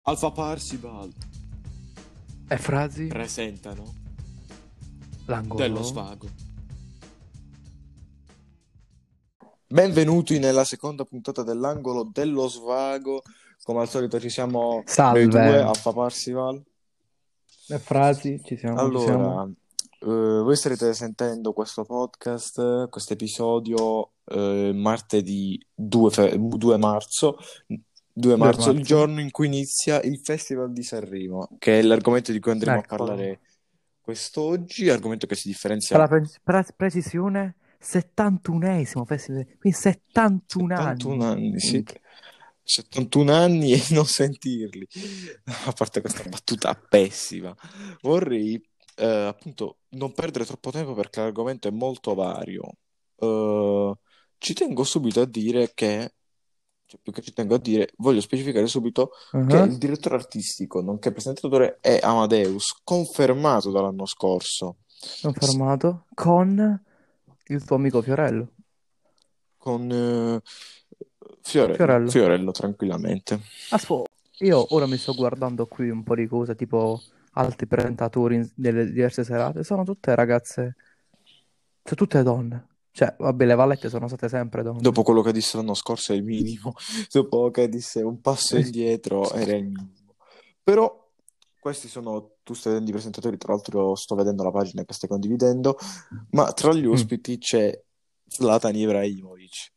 Alfa Parsival E frasi? presentano dello L'angolo? svago. Benvenuti nella seconda puntata dell'angolo dello svago. Come al solito ci siamo noi due, Salve. Alfa Parsival. Le frasi? Ci siamo, ci siamo. Allora, voi starete sentendo questo podcast, questo episodio martedì 2 marzo, 2 2 marzo, il marzo. giorno in cui inizia il Festival di Sanremo, che è l'argomento di cui andremo a Eccolo. parlare quest'oggi, argomento che si Per differenzia la precisione, 71esimo festival. Quindi 71 71 anni. anni, sì. Minchia. 71 anni e non sentirli. A parte questa battuta pessima, vorrei appunto non perdere troppo tempo perché l'argomento è molto vario. Eh, ci tengo subito a dire che, cioè più che ci tengo a dire, voglio specificare subito che Uh-huh. il direttore artistico, nonché presentatore, è Amadeus, confermato dall'anno scorso. Confermato con il tuo amico Fiorello. Con Fiorello, Fiorello. Fiorello tranquillamente. Io ora mi sto guardando qui un po' di cose, tipo altri presentatori delle diverse serate. Sono tutte ragazze, sono tutte donne. Cioè, vabbè, le Vallette sono state sempre Dopo donne. quello che disse l'anno scorso è il minimo, dopo che disse un passo indietro era il minimo. Però questi sono, tu stai vedendo i presentatori, tra l'altro sto vedendo la pagina che stai condividendo, ma tra gli Mm. ospiti c'è Zlatan Ibrahimovic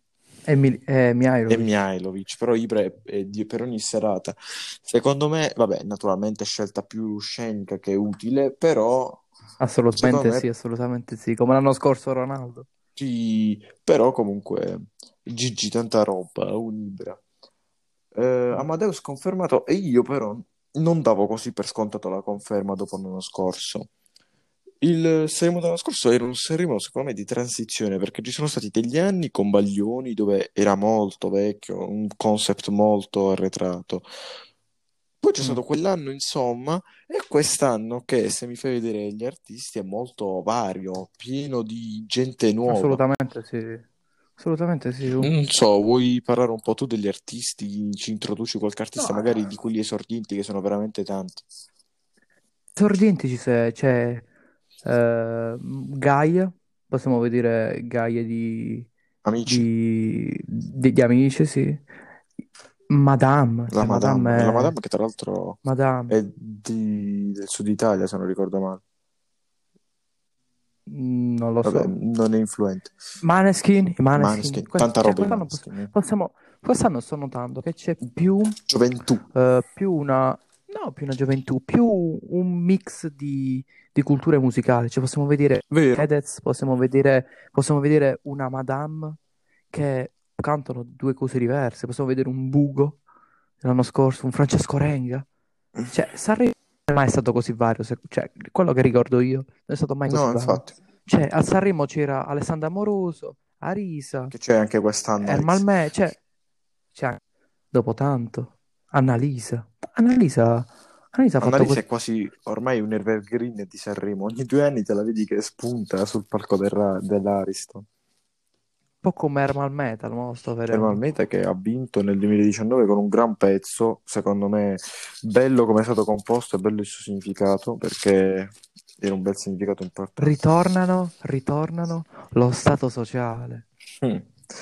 E e Mihajlovic. Mihajlovic, però Ibra è per ogni serata. Secondo me, vabbè, naturalmente scelta più scenica che utile, però secondo me Assolutamente sì. Come l'anno scorso Ronaldo. sì, però comunque Gigi tanta roba, un Ibra. Amadeus confermato e io però non davo così per scontato la conferma dopo l'anno scorso. Il Sanremo dell'anno scorso era un Sanremo secondo me di transizione perché ci sono stati degli anni con Baglioni dove era molto vecchio, un concept molto arretrato. Poi c'è Mm. stato quell'anno insomma e quest'anno che se mi fai vedere gli artisti è molto vario, pieno di gente nuova. Assolutamente sì. Assolutamente sì. Non so, vuoi parlare un po' tu degli artisti? Ci introduci qualche artista, No, magari di quelli esordienti che sono veramente tanti. esordienti c'è Gaia. Possiamo vedere Gaia Amici? di Amici, sì. Madame, La che Madame, Madame la è... Madame che tra l'altro Madame. è del sud Italia, se non ricordo male. Non lo Vabbè, so. non è influente. I Maneskin. Maneskin, tanta Cioè, roba i Maneskin. quest'anno sto notando che c'è Gioventù, più una, no, più una gioventù, più un mix di culture musicali. Cioè, possiamo vedere vero? Fedez, possiamo vedere una Madame che cantano due cose diverse. Possiamo vedere un Bugo l'anno scorso, un Francesco Renga. Cioè, Sanremo non è mai stato così vario. Cioè, quello che ricordo io, non è stato mai così No, vario. infatti, Cioè, a Sanremo c'era Alessandra Amoroso, Arisa, che c'è anche quest'anno Ermal Alex. Me, c'è anche, dopo tanto, Annalisa. Annalisa ha fatto Annalisa così, è quasi ormai un evergreen di Sanremo. Ogni 2 anni te la vedi che spunta sul palco dell'Ariston. un po' come Ermal Metal, mo lo sto Ermal vedendo. Meta che ha vinto nel 2019 con un gran pezzo, secondo me bello come è stato composto e bello il suo significato, perché era un bel significato importante. Ritornano lo stato sociale. Mm.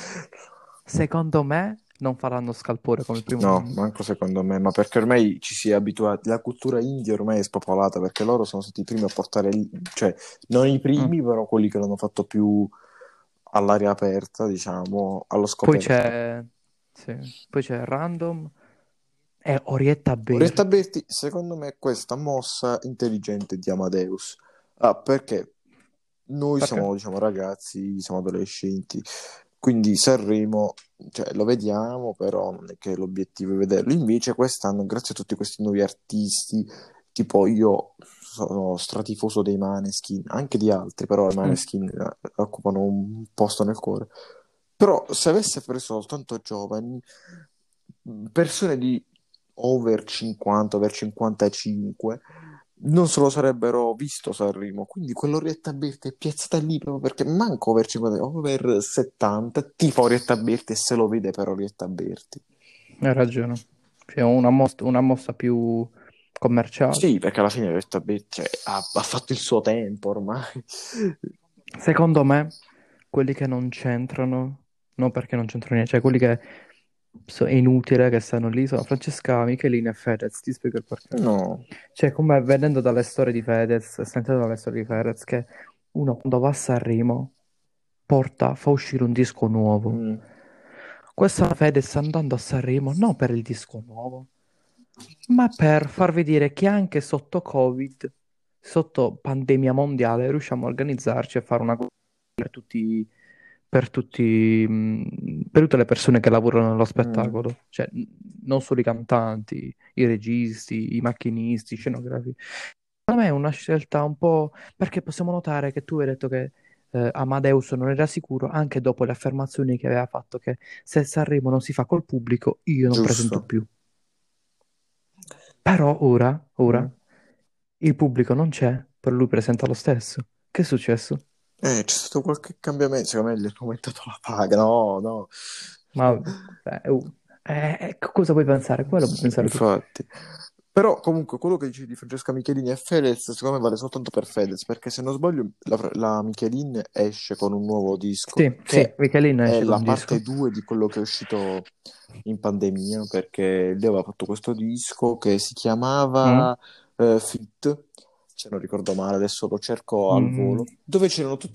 Secondo me non faranno scalpore come il primo No, anno. manco secondo me, ma perché ormai ci si è abituati, la cultura indie ormai è spopolata, perché loro sono stati i primi a portare, cioè non i Mm. primi, però quelli che l'hanno fatto più all'aria aperta, diciamo, allo Poi scoperto. c'è, sì, poi c'è Random e Orietta Orietta Berti. Berti, secondo me, è questa mossa intelligente di Amadeus. Ah, perché noi Perché? siamo, diciamo, ragazzi, siamo adolescenti, quindi Sanremo, cioè, lo vediamo, però non è che l'obiettivo è vederlo. Invece quest'anno, grazie a tutti questi nuovi artisti, tipo io sono stratifoso dei Maneskin, anche di altri, però i Mm. Maneskin occupano un posto nel cuore. Però se avesse preso soltanto giovani, persone di over 50, over 55, non se lo sarebbero visto Sanremo. Quindi quell'Orietta Berti è piazzata lì proprio perché manco over 50, over 70, tifa Orietta Berti e se lo vede per Orietta Berti. Hai ragione. Cioè una mossa più commerciale. Sì, perché alla fine questa cioè, ha fatto il suo tempo ormai. Secondo me, quelli che non c'entrano, non perché non c'entrano niente, cioè quelli che è inutile che stanno lì sono Francesca Michelin e Fedez, ti spiego il perché. No. Cioè, come vedendo dalle storie di Fedez, sentendo dalle storie di Fedez, che uno quando va a Sanremo fa uscire un disco nuovo. Mm. Questa Fedez sta andando a Sanremo non per il disco nuovo, ma per farvi dire che anche sotto Covid, sotto pandemia mondiale, riusciamo a organizzarci e fare una cosa per tutti, per tutte le persone che lavorano nello Mm. spettacolo, cioè non solo i cantanti, i registi, i macchinisti, i scenografi. Secondo me è una scelta un po' perché possiamo notare che tu hai detto che Amadeus non era sicuro anche dopo le affermazioni che aveva fatto che se Sanremo non si fa col pubblico io non presento Giusto. più. Però ora Mm. il pubblico non c'è, però lui presenta lo stesso. Che è successo? C'è stato qualche cambiamento, secondo me gli hanno aumentato la paga, no, no. Ma cosa puoi pensare? Quello puoi pensare tu. Infatti. Però comunque quello che dici di Francesca Michelini e Fedez, secondo me vale soltanto per Fedez, perché se non sbaglio la Michelin esce con un nuovo disco, Sì, sì, che Michelin è esce con la un parte disco. 2 di quello che è uscito in pandemia, perché lui aveva fatto questo disco che si Mm? chiamava Fit, se non ricordo male, adesso lo cerco al Mm, volo, dove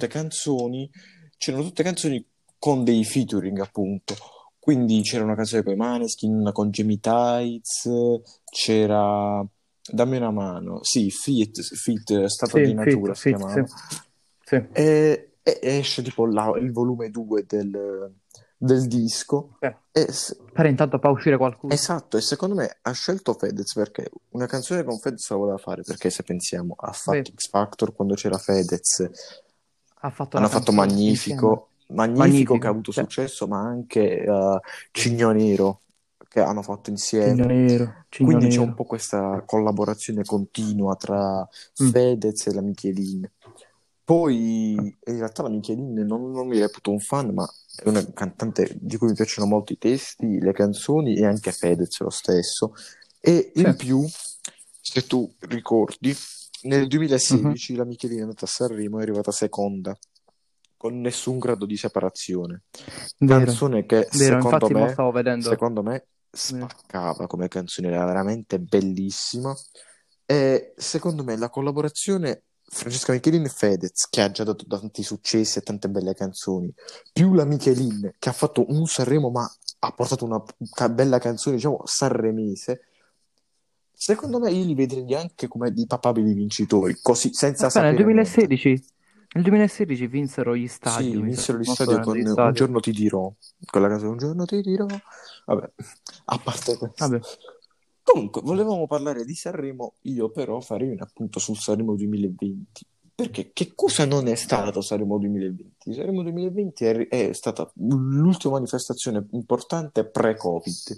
c'erano tutte canzoni con dei featuring appunto. Quindi c'era una canzone con i Maneskin, una con Jamie Tights, c'era Dammi una mano, sì, Fit, Stato di sì, Natura si fit, sì. chiamava. Sì. E esce tipo il volume 2 del disco. Eh, E Però intanto fa uscire qualcuno. esatto, e secondo me ha scelto Fedez perché una canzone con Fedez la voleva fare, perché se pensiamo ha fatto Beh, X Factor quando c'era Fedez, ha fatto hanno la fatto canzone insieme. Magnifico che ha Magnifico. avuto Cioè, successo, ma anche Cigno Nero che hanno fatto Cigno insieme. Nero, Cigno Quindi c'è un Nero. po' questa collaborazione continua tra Mm. Fedez e la Michelin. Poi in realtà la Michelin non mi reputo un fan, ma è una cantante di cui mi piacciono molto i testi, le canzoni e anche Fedez lo stesso. E Sì. in più, se tu ricordi, nel Mhm. 2016 la Michelin è andata a Sanremo e è arrivata seconda, con nessun grado di separazione. Vero, Canzone che vero. Infatti mo stavo vedendo. secondo me Vero. spaccava come canzone, era veramente bellissima. E secondo me la collaborazione Francesca Michelin e Fedez, che ha già dato tanti successi e tante belle canzoni, più la Michelin, che ha fatto un Sanremo, ma ha portato una bella canzone, diciamo, sanremese. Secondo me io li vedrei anche come dei papabili vincitori, così, senza Aspetta, sapere niente. nel 2016 vinsero gli Sì, stadio, mi sa. vinsero gli Non sto stadio vedendo con gli Un stadio. giorno ti dirò, quella canzone Un giorno ti dirò. Vabbè, a parte questo. Vabbè. Comunque, volevamo parlare di Sanremo, io però farei un appunto sul Sanremo 2020. Perché che cosa non è stato Sanremo 2020? Sanremo 2020 è stata l'ultima manifestazione importante pre-Covid.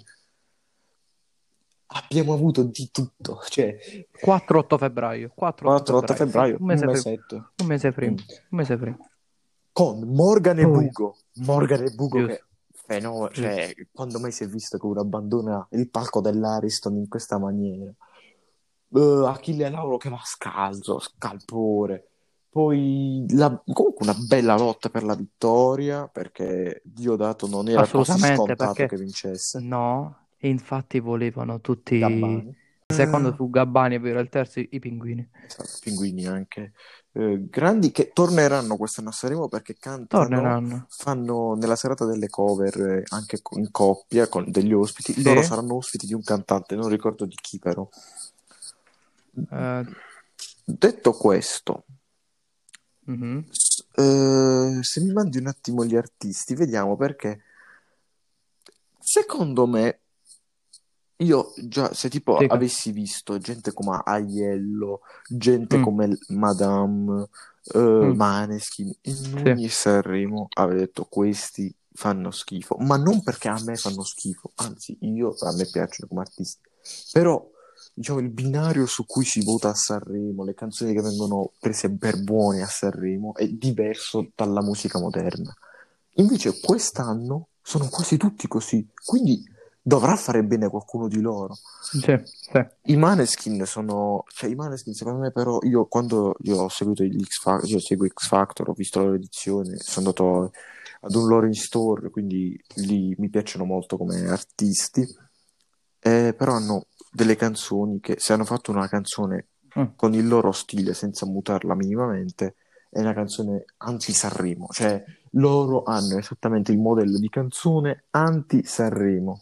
Abbiamo avuto di tutto, cioè 4-8 febbraio. 4-8 4-8 febbraio. Sì, febbraio, un un mese prima. mesetto. Un mese Mm. prima. Un mese prima. Con Morgan e Poi, Bugo. Morgan e Bugo che giusto, fenomeno, giusto. cioè, quando mai si è visto che uno abbandona il palco dell'Ariston in questa maniera? Achille Lauro che va scalzo, scalpore. Poi comunque una bella lotta per la vittoria, perché Diodato non era così Assolutamente, scontato che perché vincesse. no, e infatti volevano tutti, il Gabbani. secondo fu Gabbani, è vero, il terzo i pinguini. Esatto, Pinguini anche. Grandi che torneranno quest'anno a Sanremo perché cantano, Torneranno. fanno nella serata delle cover anche in coppia con degli ospiti. Loro Sì? saranno ospiti di un cantante, non ricordo di chi però. Eh, Detto questo, mhm. se mi mandi un attimo gli artisti, vediamo perché secondo me io già se tipo Dica. avessi visto gente come Aiello, gente Mm, come Madame, mm, Maneskin, in sì. ogni Sanremo avrei detto questi fanno schifo, ma non perché a me fanno schifo, anzi a me piacciono come artisti, però diciamo il binario su cui si vota a Sanremo, le canzoni che vengono prese per buone a Sanremo è diverso dalla musica moderna. Invece quest'anno sono quasi tutti così, quindi dovrà fare bene qualcuno di loro. Sì, sì. I Maneskin sono, cioè i Maneskin secondo me però, io quando io ho seguito gli X Factor, io seguo X Factor, ho visto la loro edizione, sono andato ad un loro in store, quindi lì mi piacciono molto come artisti, però hanno delle canzoni che se hanno fatto una canzone Mm. con il loro stile senza mutarla minimamente, è una canzone anti-Sanremo, cioè loro hanno esattamente il modello di canzone anti-Sanremo.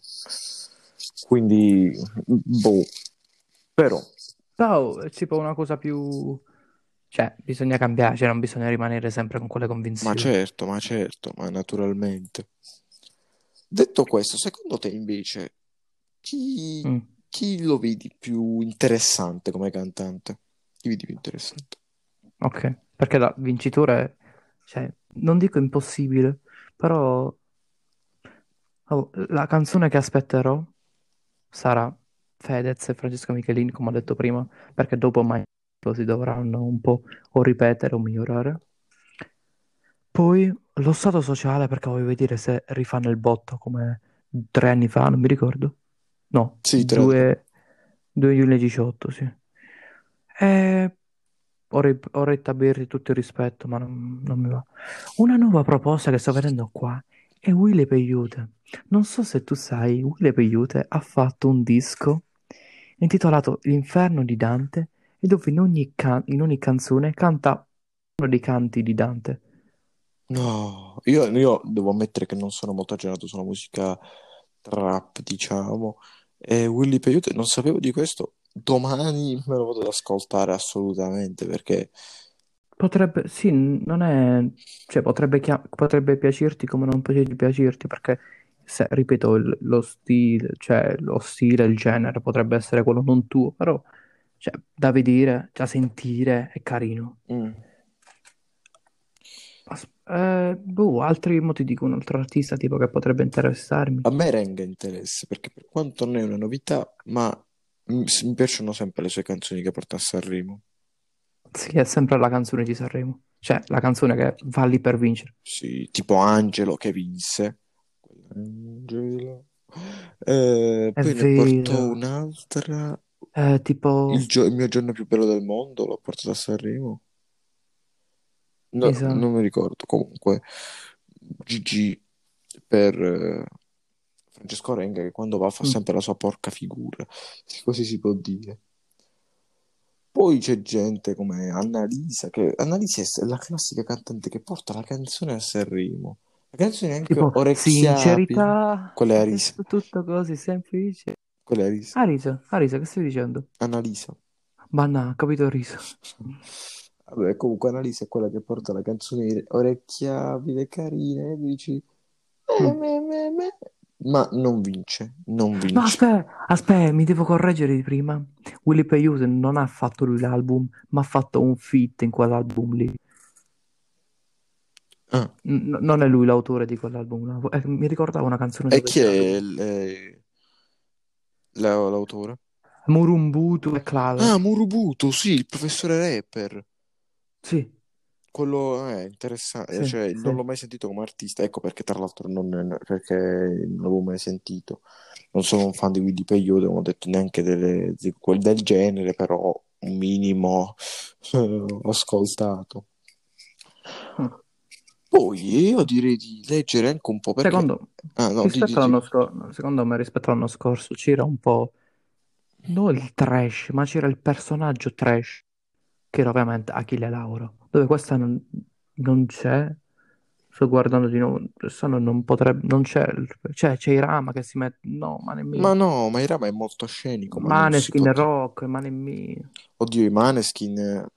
Quindi, boh, però, Però è tipo una cosa più... Cioè, bisogna cambiare, cioè non bisogna rimanere sempre con quelle convinzioni. ma certo, ma naturalmente. Detto questo, secondo te invece chi, Mm. chi lo vedi più interessante come cantante? Chi vedi più interessante? Ok, perché da vincitore, cioè, non dico impossibile, però oh, la canzone che aspetterò sarà Fedez e Francesco Michelin, come ho detto prima, perché dopo mai si dovranno un po' o ripetere o migliorare. Poi lo stato sociale, perché voglio vedere se rifanno il botto come 3 anni fa, non mi ricordo. No, Sì, 3. 2 2018, sì. E Oretta Berri, tutto il rispetto, ma non mi va. Una nuova proposta che sto vedendo qua è Wile Peiute. Non so se tu sai, Wile Peiute ha fatto un disco intitolato L'inferno di Dante e dove in ogni canzone canta uno dei canti di Dante. No, io devo ammettere che non sono molto aggiornato sulla musica trap, diciamo, e Willy Peyote non sapevo di questo. Domani me lo vado ad ascoltare assolutamente perché Potrebbe, sì, non è, cioè potrebbe piacerti come non potrebbe piacerti, perché, ripeto, lo stile, cioè lo stile, il genere potrebbe essere quello non tuo, però, cioè, da vedere, da sentire, è carino. mm, Boh, altri mo ti dico un altro artista tipo che potrebbe interessarmi. a me Renga interessa perché per quanto non è una novità, ma mi piacciono sempre le sue canzoni che porta a Sanremo. Sì, è sempre la canzone di Sanremo, cioè la canzone che va lì per vincere. Sì, tipo Angelo che vinse. Angelo. È Poi ne portò vero, un'altra. tipo, Il mio giorno più bello del mondo l'ho portato a Sanremo. No, mi sa, non mi ricordo. Comunque, GG per Francesco Renga che quando va fa mm, sempre la sua porca figura, se così si può dire. Poi c'è gente come Annalisa, che Annalisa è la classica cantante che porta la canzone a Sanremo. La canzone è anche tipo, orecchiabile. sincerità, Quella è è Arisa. tutto così semplice. Quella è Arisa. Arisa, Arisa, che stai dicendo? Annalisa. Ma no, capito Arisa. Vabbè, comunque Annalisa è quella che porta la canzone orecchiabile, carina, e dici Mm. me", ma non vince, non No, vince. aspetta, mi devo correggere di prima. Willy Peyote non ha fatto lui l'album, ma ha fatto un feat in quell'album lì. Ah, Non è lui l'autore di quell'album là. Mi ricordavo una canzone e dove chi c'era è lui. l'autore? Murumbutu e Ah, Claver. Murubuto, sì, il professore rapper. Sì, Quello è interessante, sì, cioè non sì. l'ho mai sentito come artista, ecco perché tra l'altro perché non l'avevo mai sentito. Non sono un fan di Willy Peyote, non ho detto neanche di quel del genere, però un minimo ho ascoltato. Mm. Poi io direi di leggere anche un po' perché... Secondo, Ah no, rispetto all'anno scorso, secondo me rispetto all'anno scorso c'era un po', non il trash, ma c'era il personaggio trash, che era ovviamente Achille Lauro, dove questa non c'è. Sto guardando di nuovo, quest'anno non potrebbe, non c'è, c'è Irama che si mette, no, ma Ma nemmeno. no, ma Irama è molto scenico, ma non si può Maneskin dire. Rock, ma nemmeno. Oddio, i Maneskin,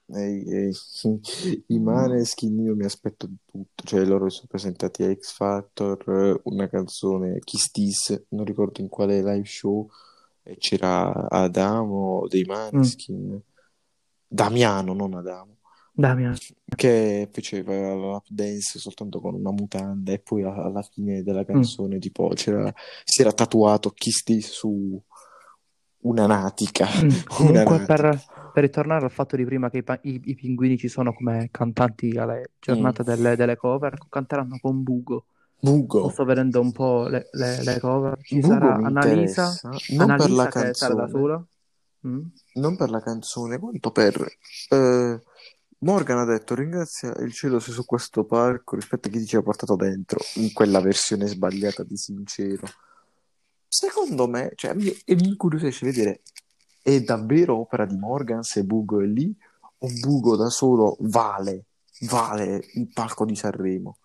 i Mm. Maneskin io mi aspetto di tutto, cioè loro sono presentati a X Factor, una canzone, Kiss This, non ricordo in quale live show, e c'era Adamo dei Mm. Maneskin, Damiano, non Adamo, Damian. che faceva la lap dance soltanto con una mutanda e poi alla fine della Mm. canzone tipo si era tatuato Kiss This su una natica, una Comunque, natica. per ritornare al fatto di prima che i pinguini ci sono come cantanti alle Mm. giornate delle cover, canteranno con Bugo. Bugo. Sto vedendo un po' le cover. Ci Bugo sarà mi Annalisa, interessa, non per la Annalisa che sale da canzone, sola. Mm? non per la canzone, quanto per... eh, Morgan ha detto ringrazia il cielo se su questo palco rispetto a chi ci ha portato dentro, in quella versione sbagliata di Sincero. Secondo me, cioè, mi incuriosisce vedere, è davvero opera di Morgan se Bugo è lì o Bugo da solo vale il palco di Sanremo?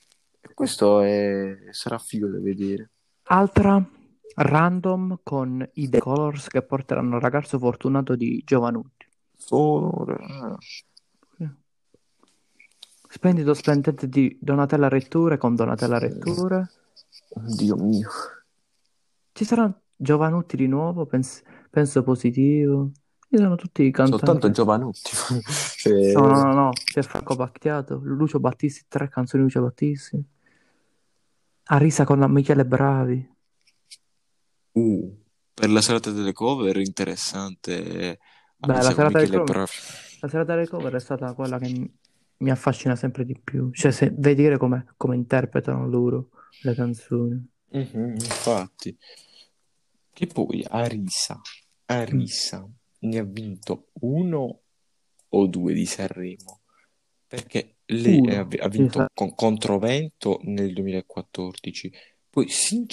Sarà figo da vedere. Altra random con i The Colors che porteranno il ragazzo fortunato di Giovanotti. Sono... Splendido splendente di Donatella Retture con Donatella Retture. Dio mio. Ci sarà Giovanotti di nuovo, penso positivo. Ci sono tutti i Soltanto cantanti. Giovanotti. No, Eh, no, no, no. C'è Franco Battiato, Lucio Battisti, tre canzoni di Lucio Battisti. Arisa con Michele Bravi. uh, per la serata delle cover, interessante. Beh, la Alisa con serata del Michele cover, Bravi. la serata del cover è stata quella che mi affascina sempre di più. Cioè, vedere come interpretano loro le canzoni. Mhm, infatti. Che poi Mm. Arisa ne ha vinto uno o due di Sanremo, perché lei Uno. ha vinto con Controvento nel 2014, poi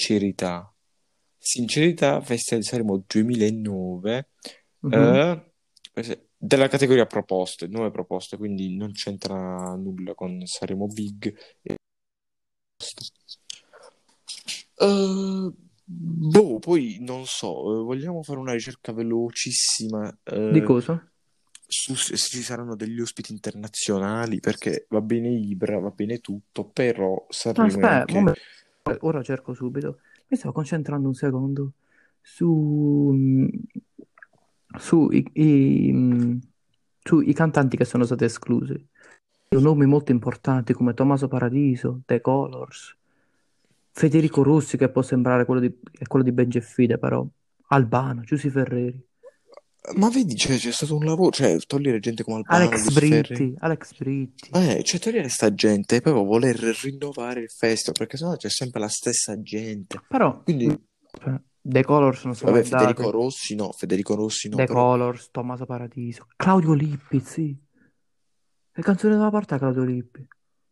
Sincerità Festival di Sanremo 2009, Mhm. della categoria proposte, nuove proposte, quindi non c'entra nulla con Sanremo Big. Poi non so, vogliamo fare una ricerca velocissima Di cosa? su se ci saranno degli ospiti internazionali, perché va bene Ibra, va bene tutto, però No, Sanremo è aspetta, anche ora cerco subito. Mi stavo concentrando un secondo su, mm, su sui cantanti che sono stati esclusi. Nomi molto importanti come Tommaso Paradiso, The Colors, Federico Rossi, che può sembrare quello di Ben Geffide, però Albano, Giusy Ferreri, Ma vedi, cioè, c'è stato un lavoro, cioè, togliere gente come Albano, Luciferri. Alex Britti. Cioè, togliere sta gente e poi voler rinnovare il festival, perché sennò c'è sempre la stessa gente. Però Quindi, The Colors non sono mai vabbè, andati. Federico Rossi no, The però Colors, Tommaso Paradiso, Claudio Lippi, sì. Le canzoni della parte a Claudio Lippi.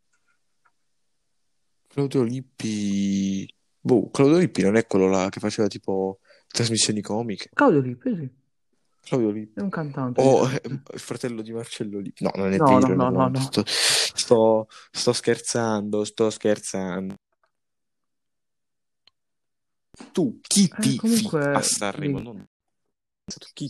Claudio Lippi... Claudio Lippi non è quello là che faceva tipo trasmissioni comiche. Claudio Lippi, sì. Claudio È Lippi. un cantante di O Sanremo. il fratello di Marcello Lippi. No, non è No, no, vero, no, no, no. no. Sto scherzando, sto scherzando. Tu chi tifi a Comunque, Sanremo? Non... Chi...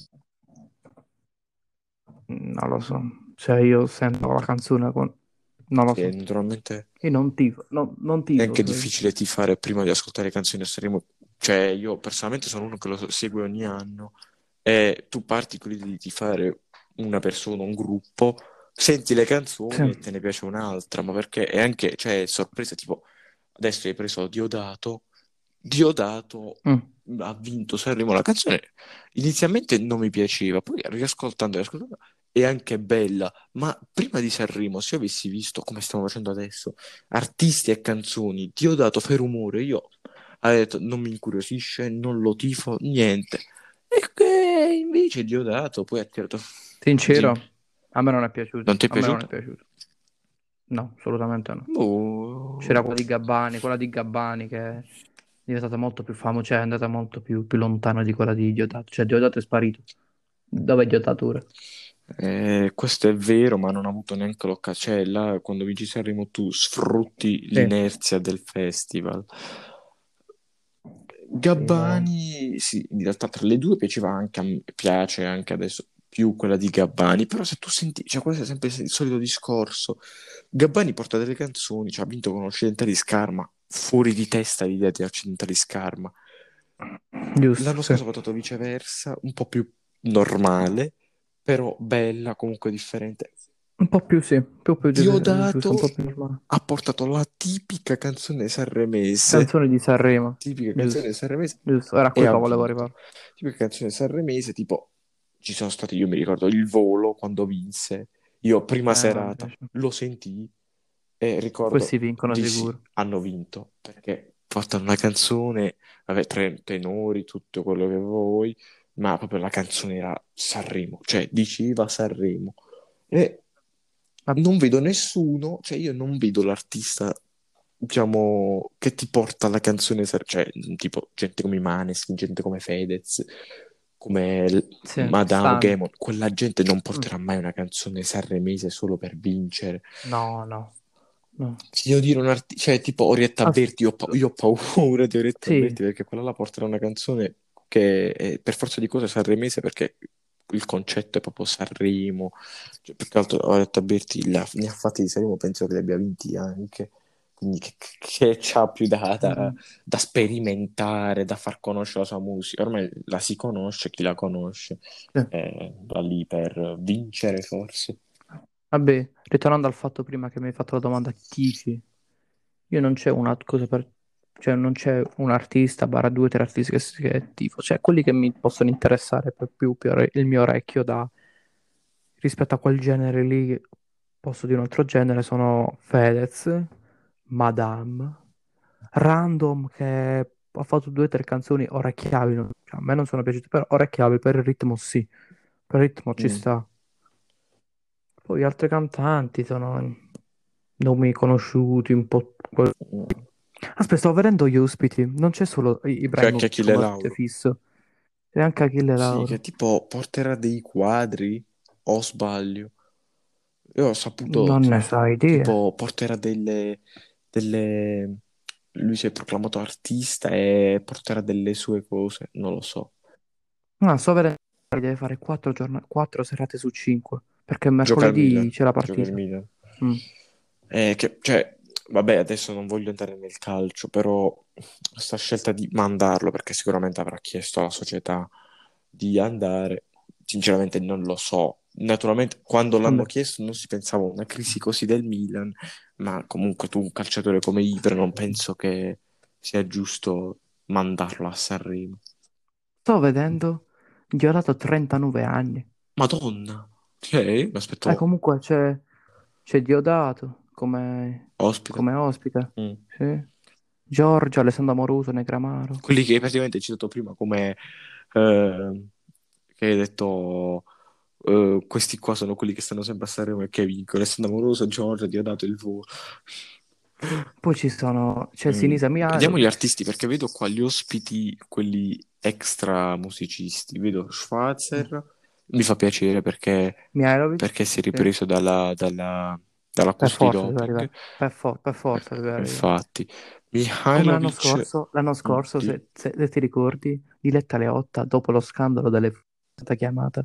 non lo so. Cioè, io sento la canzone con... Non lo Sì, so. naturalmente Io non tifo, non è tifo, anche sai. difficile tifare prima di ascoltare canzoni a Sanremo. Cioè, io personalmente sono uno che lo segue ogni anno e tu parti con l'idea di tifare una persona, un gruppo, senti le Sì. canzoni e te ne piace un'altra, ma perché è anche, cioè, sorpresa, tipo, adesso hai preso Diodato Mm. ha vinto Sanremo, la canzone inizialmente non mi piaceva, poi riascoltando, è anche bella, ma prima di Sanremo, se io avessi visto come stiamo facendo adesso, artisti e canzoni, Diodato, fai rumore, io avrei detto non mi incuriosisce, non lo tifo, niente. E che invece Diodato poi ha tirato... Dimmi, Sincero, a me non è piaciuto. non ti è A me non è piaciuto? piaciuto. No, assolutamente no. C'era Boh. quella di Gabbani che è diventata molto più famosa, cioè è andata molto più lontana di quella di Diodato. Cioè, Diodato è sparito. Dove è Diodato ora? Questo è vero, ma non ha avuto neanche l'occasione. Cioè, là, quando vinci Sanremo, tu sfrutti Sì, l'inerzia del festival. sì, no. Gabbani, sì, in realtà tra le due piaceva anche piace anche adesso più quella di Gabbani, però se tu senti, cioè questo è sempre il solito discorso. Gabbani porta delle canzoni, cioè ha vinto con Occidentali Scarma, fuori di testa l'idea di Occidentali Scarma. Giusto, L'anno sì. scorso ha portato viceversa, un po' più normale, però bella, comunque differente. Un po' più, sì, giusto, Diodato un po' più normale. ha portato la tipica canzone sanremese, Canzone di Sanremo, tipica canzone giusto, sanremese, giusto. Era e qui ha che volevo vinto. arrivare. Tipica canzone sanremese, tipo, ci sono stati, io mi ricordo, il volo quando vinse, io prima Non mi serata piace. lo sentii, E ricordo, Questi vincono dissi, sicuro. hanno vinto perché portano una canzone, vabbè, tre tenori, tutto quello che vuoi, ma proprio la canzone era Sanremo, cioè diceva Sanremo. E Ma, non vedo nessuno, cioè io non vedo l'artista, diciamo, che ti porta la canzone, cioè tipo gente come Maneskin, gente come Fedez, come sì, Madame stanno. Gamon, quella gente non Mm. porterà mai una canzone sanremese solo per vincere. No, no, no. Ti devo dire un artista, cioè tipo Orietta Berti, Aspetta. io ho paura di Orietta Sì, Berti perché quella là porterà una canzone che è per forza di cose sanremese perché il concetto è proprio Sanremo, cioè, più che altro Orietta Berti ne ha fatti di Sanremo, penso che li abbia vinti anche, quindi che c'ha più mm, da sperimentare, da far conoscere la sua musica, ormai la si conosce, chi la conosce, sì. va lì per vincere forse. Vabbè, ritornando al fatto prima che mi hai fatto la domanda tifi, io non c'è una cosa per... cioè non c'è un artista, barra due o tre artisti che tifo, cioè quelli che mi possono interessare per più per il mio orecchio da... rispetto a quel genere lì, posso dire un altro genere, sono Fedez, Madame, Random che ha fatto due o tre canzoni orecchiabili, cioè, a me non sono piaciute, però orecchiabili per il ritmo sì, per il ritmo ci Mm. sta. Poi altri cantanti sono nomi conosciuti, un po'... Aspetta, sto vedendo gli ospiti, non c'è solo C'è anche Ibrahimovic Achille come ospite Lauro. fisso, c'è anche Achille Sì, che Lauro. tipo porterà dei quadri, o sbaglio? Io ho saputo, Non ne so idea. tipo, porterà delle... Lui si è proclamato artista e porterà delle sue cose, non lo so. No, sto vedendo che deve fare 4 serate su 5, perché Gioca al mercoledì Milan, c'è la gioca al partita. Milan. Mm. Cioè, vabbè, adesso non voglio entrare nel calcio, però questa scelta di mandarlo, perché sicuramente avrà chiesto alla società di andare, sinceramente non lo so. Naturalmente, quando l'hanno Vabbè, chiesto non si pensava a una crisi così del Milan, ma comunque tu, un calciatore come Ibra, non penso che sia giusto mandarlo a Sanremo. sto vedendo, gli ho dato 39 anni. Madonna! Ok, mi aspettavo Comunque c'è Diodato ospite. come ospite. Mm. Sì. Giorgio, Alessandro Amoruso, Negramaro. Quelli che praticamente hai citato prima come che hai detto questi qua sono quelli che stanno sempre a Sanremo e che vincono. Essendo amoroso, Giorgio ti ha dato il volo. Poi c'è Mm. Sinisa Vediamo gli Mihajlovic, artisti perché vedo qua gli ospiti, quelli extra musicisti. Vedo mm, Schwarzer, mi fa piacere Mihajlovic, perché si è sì. ripreso Per dall'accusa di forza deve doping. arrivare. Per forza deve arrivare. Infatti, Come Mihailovic, l'anno scorso, se ti ricordi, Diletta Leotta, dopo lo scandalo è stata chiamata.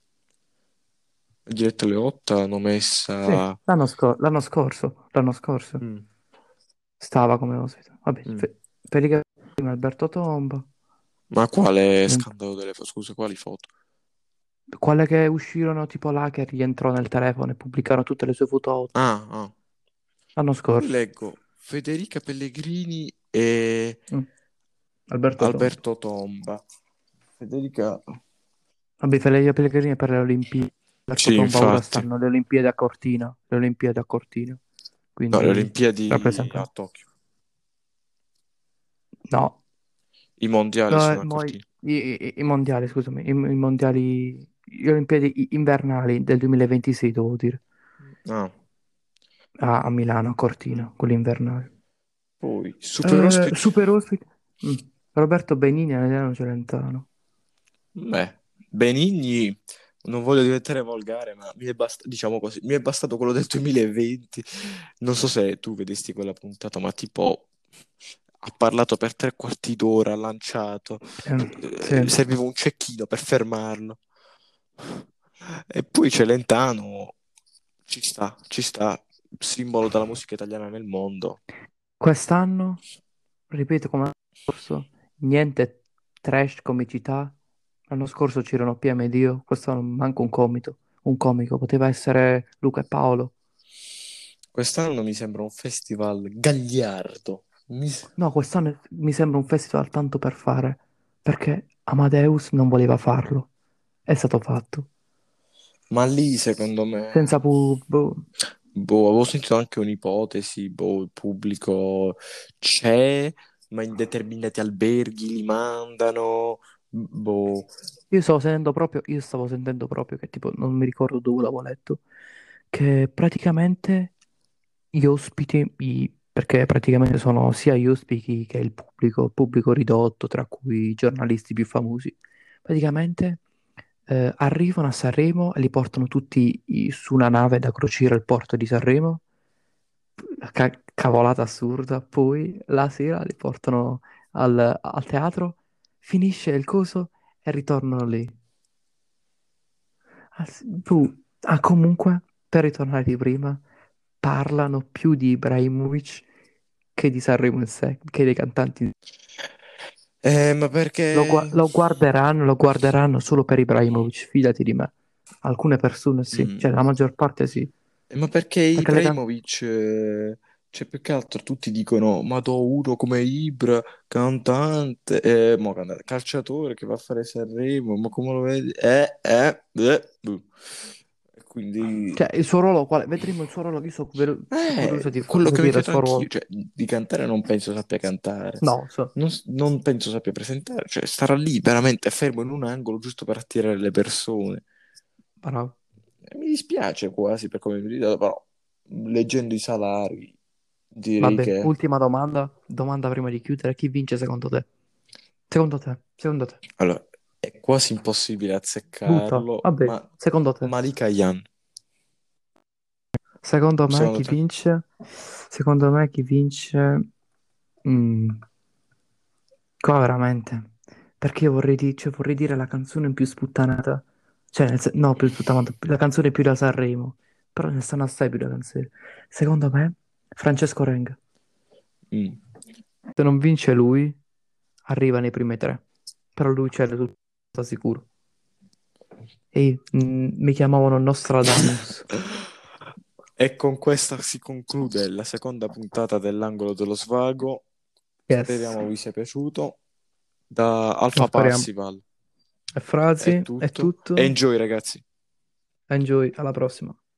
Diretta Leotta hanno Sì, messa. l'anno scorso, Mm, stava come ospite. Vabbè, mm. per i Alberto Tomba, Ma quale un- scandalo delle foto? Scusa, quali foto? quelle che uscirono tipo là che rientrò nel telefono e pubblicarono tutte le sue foto Ah, ah. l'anno Qui scorso. leggo Federica Pellegrini e Mm, Alberto Tomba. Alberto Tomba. Federica. Vabbè, Federica Pellegrini per le Olimpiadi. Alberto Sì, Tomba ora infatti. stanno le Olimpiadi a Cortina. Le Olimpiadi a Cortina. No, le Quindi Olimpiadi a rappresenta. Tokyo. No, I mondiali no, sono a Cortina. i mondiali, scusami, i mondiali, le Olimpiadi invernali del 2026, devo dire, Ah. a Milano, a Cortina, Mm. quelli invernali. Poi, super ospiti. Super ospite, mm, Roberto Benigni e Adriano Celentano. Beh, Benigni, non voglio diventare volgare, ma diciamo così, mi è bastato quello del 2020. Non so se tu vedesti quella puntata, ma tipo ha parlato per 3 quarti d'ora, ha lanciato, Sì. serviva un cecchino per fermarlo. E poi Celentano, ci sta, simbolo della musica italiana nel mondo. Quest'anno, ripeto come l'anno scorso, niente trash comicità. L'anno scorso c'erano PM ed io, quest'anno manco un comico, poteva essere Luca e Paolo. Quest'anno mi sembra un festival gagliardo. No, quest'anno mi sembra un festival tanto per fare, perché Amadeus non voleva farlo. È stato fatto. Ma lì, secondo me, Senza pub. Boh, avevo sentito anche un'ipotesi, boh, il pubblico c'è, ma in determinati alberghi li mandano, boh. Io stavo sentendo proprio che tipo, non mi ricordo dove l'avevo letto, che praticamente gli ospiti, perché praticamente sono sia gli ospiti che il pubblico ridotto, tra cui i giornalisti più famosi, praticamente arrivano a Sanremo e li portano tutti su una nave da crociera al porto di Sanremo, cavolata assurda, poi la sera li portano al teatro, finisce il coso e ritornano lì. Comunque, per ritornare di prima, parlano più di Ibrahimovic che di Sanremo in sé, che dei cantanti. Ma perché... Lo guarderanno solo per Ibrahimovic, fidati di me. Alcune persone sì, cioè la mm, maggior parte sì. ma perché Perché le can- Ibrahimovic, cioè più che altro tutti dicono, ma do uno come Ibra, cantante, calciatore che va a fare Sanremo, ma come lo vedi? Boh. E quindi... Cioè, il suo ruolo quale? Vedremo il suo ruolo, io sono curioso di Quello che mi vedere il chiedo suo anch'io, ruolo. cioè di cantare non penso sappia cantare, No, so, non penso sappia presentare, cioè starà lì veramente fermo in un angolo giusto per attirare le persone. bravo. E mi dispiace quasi per come mi ricordo, però leggendo i salari direi Vabbè, che ultima domanda prima di chiudere. Chi vince secondo te? Secondo te? Secondo te? allora è quasi impossibile Butta. azzeccarlo, Vabbè, ma secondo te? Malika Yan, Secondo me secondo chi te? vince? Secondo me chi vince? Mm, Qua veramente. Perché io vorrei dire la canzone più sputtanata. Cioè, no, più sputtanata, la canzone più da Sanremo. Però ne stanno assai più da canzoni. Secondo me, Francesco Renga. Mm. Se non vince lui, arriva nei primi tre. Però lui c'è tutto sicuro. Mi chiamavano Nostradamus. E con questa si conclude la seconda puntata dell'Angolo dello Svago. Yes, Speriamo vi sia piaciuto. Da lo Alpha speriamo. Passival E frasi, è è tutto. tutto. Enjoy, ragazzi. Enjoy, alla prossima.